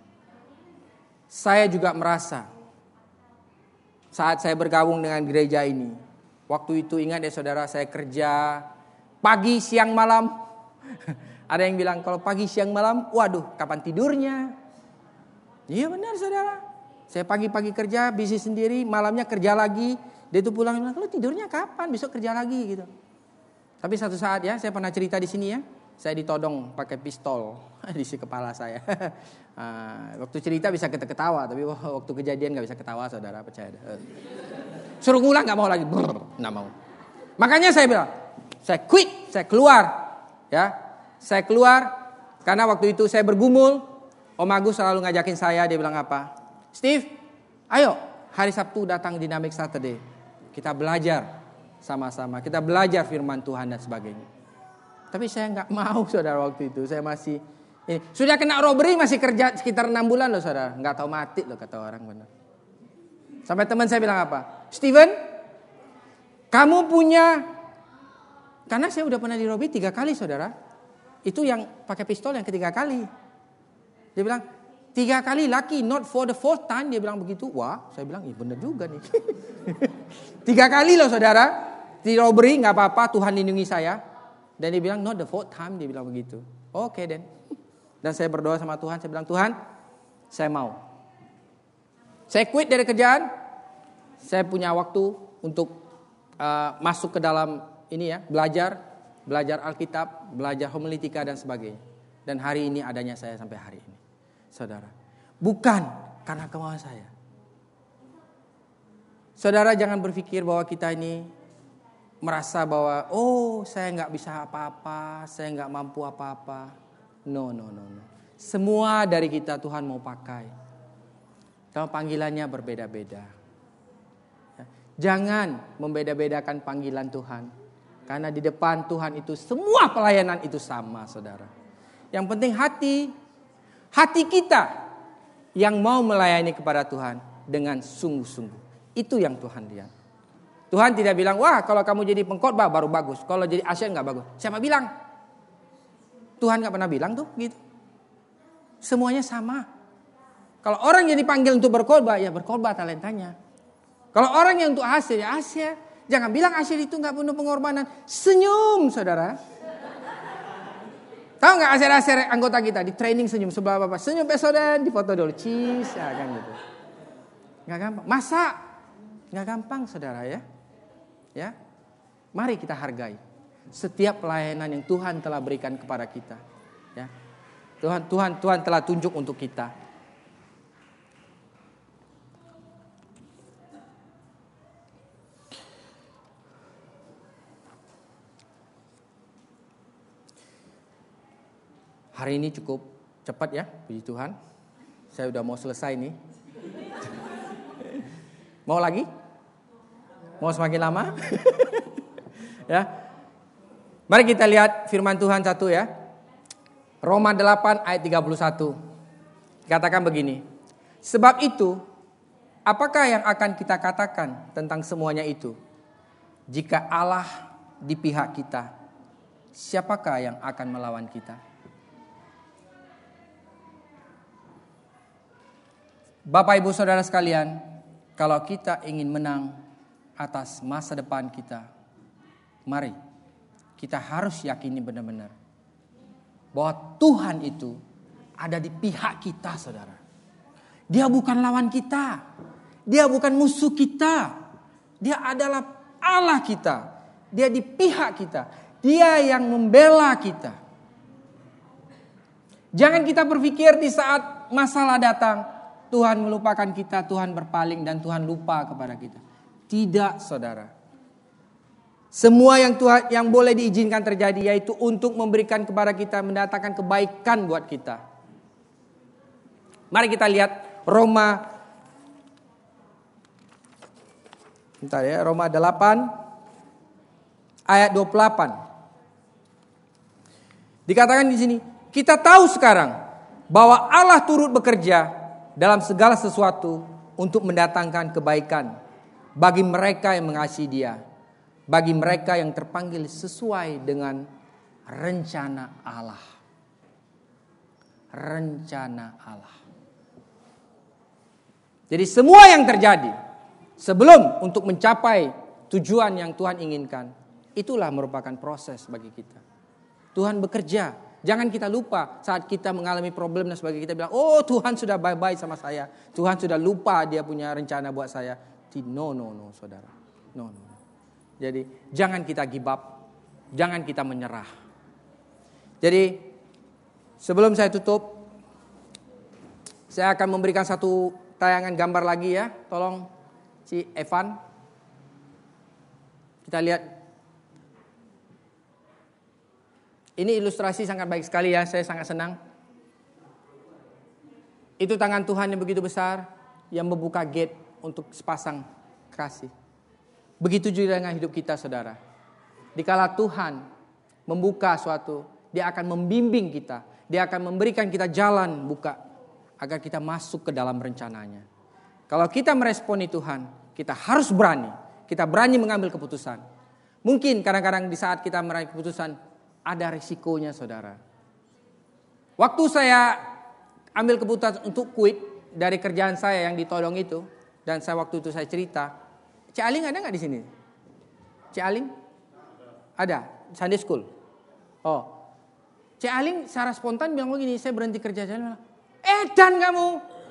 saya juga merasa saat saya bergabung dengan gereja ini. Waktu itu ingat ya saudara, saya kerja pagi, siang, malam. Ada yang bilang kalau pagi, siang, malam, waduh kapan tidurnya? Iya benar saudara. Saya pagi-pagi kerja, bisnis sendiri, malamnya kerja lagi. Dia itu pulang bilang, kalau tidurnya kapan? Besok kerja lagi gitu. Tapi satu saat ya, saya pernah cerita di sini ya. Saya ditodong pakai pistol di si kepala saya. Waktu cerita bisa ketawa, tapi waktu kejadian gak bisa ketawa saudara, percaya. Suruh ngulang gak mau lagi, brr, gak mau. Makanya saya bilang, saya quit, saya keluar, ya, saya keluar karena waktu itu saya bergumul. Om Agus selalu ngajakin saya, dia bilang apa? Steve, ayo hari Sabtu datang Dynamic Saturday, kita belajar sama-sama, kita belajar firman Tuhan dan sebagainya. Tapi saya nggak mau saudara waktu itu, saya masih ini sudah kena robbery masih kerja sekitar enam bulan loh saudara, nggak tahu mati loh kata orang benar. Sampai teman saya bilang apa? Steven, kamu punya, karena saya udah pernah dirobek tiga kali saudara. Itu yang pakai pistol yang ketiga kali. Dia bilang, tiga kali laki, not for the fourth time. Dia bilang begitu. Wah, saya bilang, iya benar juga nih. Tiga kali loh saudara. Di robbery gak apa-apa, Tuhan lindungi saya. Dan dia bilang, not the fourth time. Dia bilang begitu. Oke okay, Den. Dan saya berdoa sama Tuhan. Saya bilang, Tuhan, saya mau. Saya quit dari kerjaan. Saya punya waktu untuk uh, masuk ke dalam ini ya, belajar, belajar Alkitab, belajar homiletika dan sebagainya. Dan hari ini adanya saya sampai hari ini, saudara. Bukan karena kemauan saya. Saudara jangan berpikir bahwa kita ini merasa bahwa oh saya nggak bisa apa-apa, saya nggak mampu apa-apa. No, no, no, no. Semua dari kita Tuhan mau pakai. Kalau panggilannya berbeda-beda. Jangan membeda-bedakan panggilan Tuhan. Karena di depan Tuhan itu semua pelayanan itu sama saudara. Yang penting hati. Hati kita yang mau melayani kepada Tuhan dengan sungguh-sungguh. Itu yang Tuhan lihat. Tuhan tidak bilang, wah kalau kamu jadi pengkhotbah baru bagus. Kalau jadi asisten gak bagus. Siapa bilang? Tuhan gak pernah bilang tuh gitu. Semuanya sama. Kalau orang yang dipanggil untuk berkhotbah, ya berkhotbah talentanya. Kalau orang yang untuk hasil, ya hasil. Jangan bilang hasil itu gak penuh pengorbanan. Senyum saudara. Tahu gak hasil-hasil anggota kita di training senyum sebelah bapak. Senyum pesodan, di foto dulu. Cheese, ya kan gitu. Gak gampang. Masa? Gak gampang saudara ya. Ya, mari kita hargai setiap pelayanan yang Tuhan telah berikan kepada kita. Ya, Tuhan, Tuhan, Tuhan telah tunjuk untuk kita. Hari ini cukup cepat ya, puji Tuhan. Saya udah mau selesai nih. Mau lagi? Mau semakin lama? Ya. Mari kita lihat firman Tuhan satu ya. Roma delapan ayat tiga puluh satu. Katakan begini. Sebab itu, apakah yang akan kita katakan tentang semuanya itu? Jika Allah di pihak kita, siapakah yang akan melawan kita? Bapak Ibu Saudara sekalian, kalau kita ingin menang atas masa depan kita, mari kita harus yakini benar-benar bahwa Tuhan itu ada di pihak kita saudara. Dia bukan lawan kita, dia bukan musuh kita, dia adalah Allah kita. Dia di pihak kita. Dia yang membela kita. Jangan kita berpikir di saat masalah datang, Tuhan melupakan kita, Tuhan berpaling dan Tuhan lupa kepada kita. Tidak, saudara. Semua yang Tuhan yang boleh diizinkan terjadi yaitu untuk memberikan kepada kita, mendatangkan kebaikan buat kita. Mari kita lihat Roma Bentar ya, Roma delapan ayat dua puluh delapan. Dikatakan di sini, kita tahu sekarang bahwa Allah turut bekerja dalam segala sesuatu untuk mendatangkan kebaikan bagi mereka yang mengasihi Dia, bagi mereka yang terpanggil sesuai dengan rencana Allah. Rencana Allah. Jadi semua yang terjadi sebelum untuk mencapai tujuan yang Tuhan inginkan, itulah merupakan proses bagi kita. Tuhan bekerja. Jangan kita lupa saat kita mengalami problem dan sebagainya, kita bilang, oh Tuhan sudah bye-bye sama saya. Tuhan sudah lupa dia punya rencana buat saya. No, no, no, saudara. No, no. Jadi jangan kita give up. Jangan kita menyerah. Jadi sebelum saya tutup, saya akan memberikan satu tayangan gambar lagi ya. Tolong si Evan. Kita lihat. Ini ilustrasi sangat baik sekali ya. Saya sangat senang. Itu tangan Tuhan yang begitu besar, yang membuka gate untuk sepasang kasih. Begitu juga dengan hidup kita, saudara. Dikala Tuhan membuka suatu, Dia akan membimbing kita. Dia akan memberikan kita jalan buka agar kita masuk ke dalam rencananya. Kalau kita meresponi Tuhan, kita harus berani. Kita berani mengambil keputusan. Mungkin kadang-kadang di saat kita mengambil keputusan, ada risikonya, saudara. Waktu saya ambil keputusan untuk quit dari kerjaan saya yang ditodong itu, dan saya waktu itu saya cerita, Cik Aling ada nggak di sini? Cik Aling? Ada, Sunday School. Oh, Cik Aling secara spontan bilang begini, saya berhenti kerja. Saya bilang, edan kamu.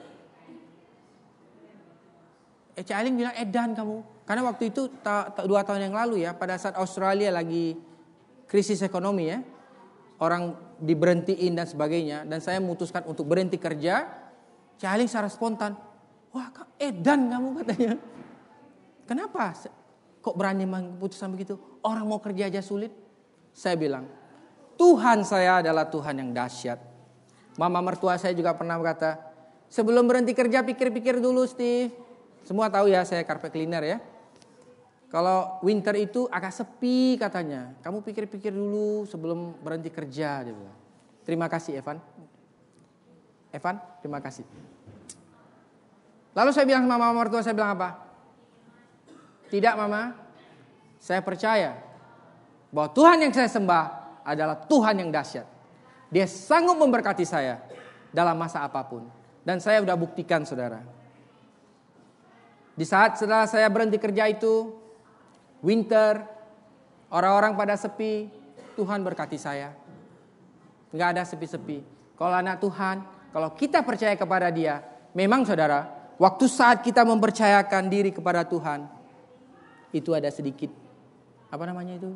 Eh, Cik Aling bilang, edan kamu. Karena waktu itu ta, ta, dua tahun yang lalu ya, pada saat Australia lagi krisis ekonomi ya, orang diberhentiin dan sebagainya, dan saya memutuskan untuk berhenti kerja. Cik Aling secara spontan, wah edan kamu katanya. Kenapa? Kok berani memutuskan begitu? Orang mau kerja aja sulit. Saya bilang, Tuhan saya adalah Tuhan yang dahsyat. Mama mertua saya juga pernah berkata, sebelum berhenti kerja pikir-pikir dulu Steve. Semua tahu ya saya carpet cleaner ya. Kalau winter itu agak sepi katanya. Kamu pikir-pikir dulu sebelum berhenti kerja. Dia bilang. Terima kasih Evan. Evan, terima kasih. Lalu saya bilang sama mama mertua, saya bilang apa? Tidak mama, saya percaya bahwa Tuhan yang saya sembah adalah Tuhan yang dahsyat. Dia sanggup memberkati saya dalam masa apapun. Dan saya sudah buktikan saudara. Di saat setelah saya berhenti kerja itu, winter, orang-orang pada sepi, Tuhan berkati saya. Enggak ada sepi-sepi. Kalau anak Tuhan, kalau kita percaya kepada Dia, memang saudara, waktu saat kita mempercayakan diri kepada Tuhan, itu ada sedikit, apa namanya itu?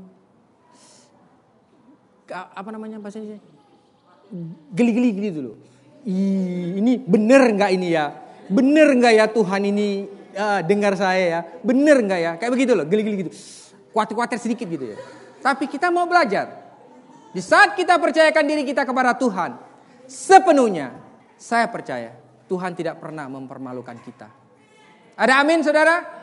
Apa namanya bahasa Indonesia? Geli-geli gitu loh. Ih, ini bener enggak ini ya? Bener enggak ya Tuhan ini uh, dengar saya ya? Bener enggak ya? Kayak begitu loh, geli-geli gitu. Kuatir-kuatir sedikit gitu ya. Tapi kita mau belajar. Di saat kita percayakan diri kita kepada Tuhan sepenuhnya, saya percaya Tuhan tidak pernah mempermalukan kita. Ada amin saudara?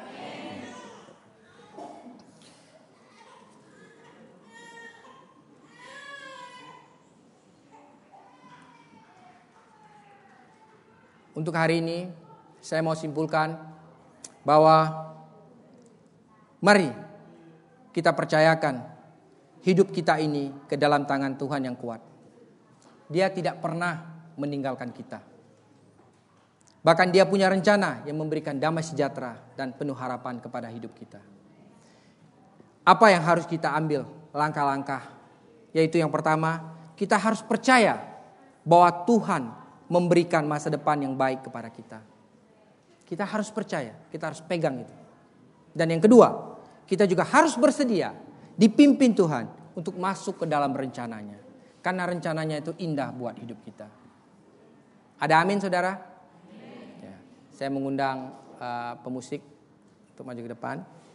Untuk hari ini saya mau simpulkan bahwa mari kita percayakan hidup kita ini ke dalam tangan Tuhan yang kuat. Dia tidak pernah meninggalkan kita. Bahkan Dia punya rencana yang memberikan damai sejahtera dan penuh harapan kepada hidup kita. Apa yang harus kita ambil langkah-langkah? Yaitu yang pertama, kita harus percaya bahwa Tuhan memberikan masa depan yang baik kepada kita. Kita harus percaya, kita harus pegang itu. Dan yang kedua, kita juga harus bersedia. dipimpin Tuhan untuk masuk ke dalam rencananya. Karena rencananya itu indah buat hidup kita. Ada amin saudara? Ya. Saya mengundang uh, pemusik untuk maju ke depan.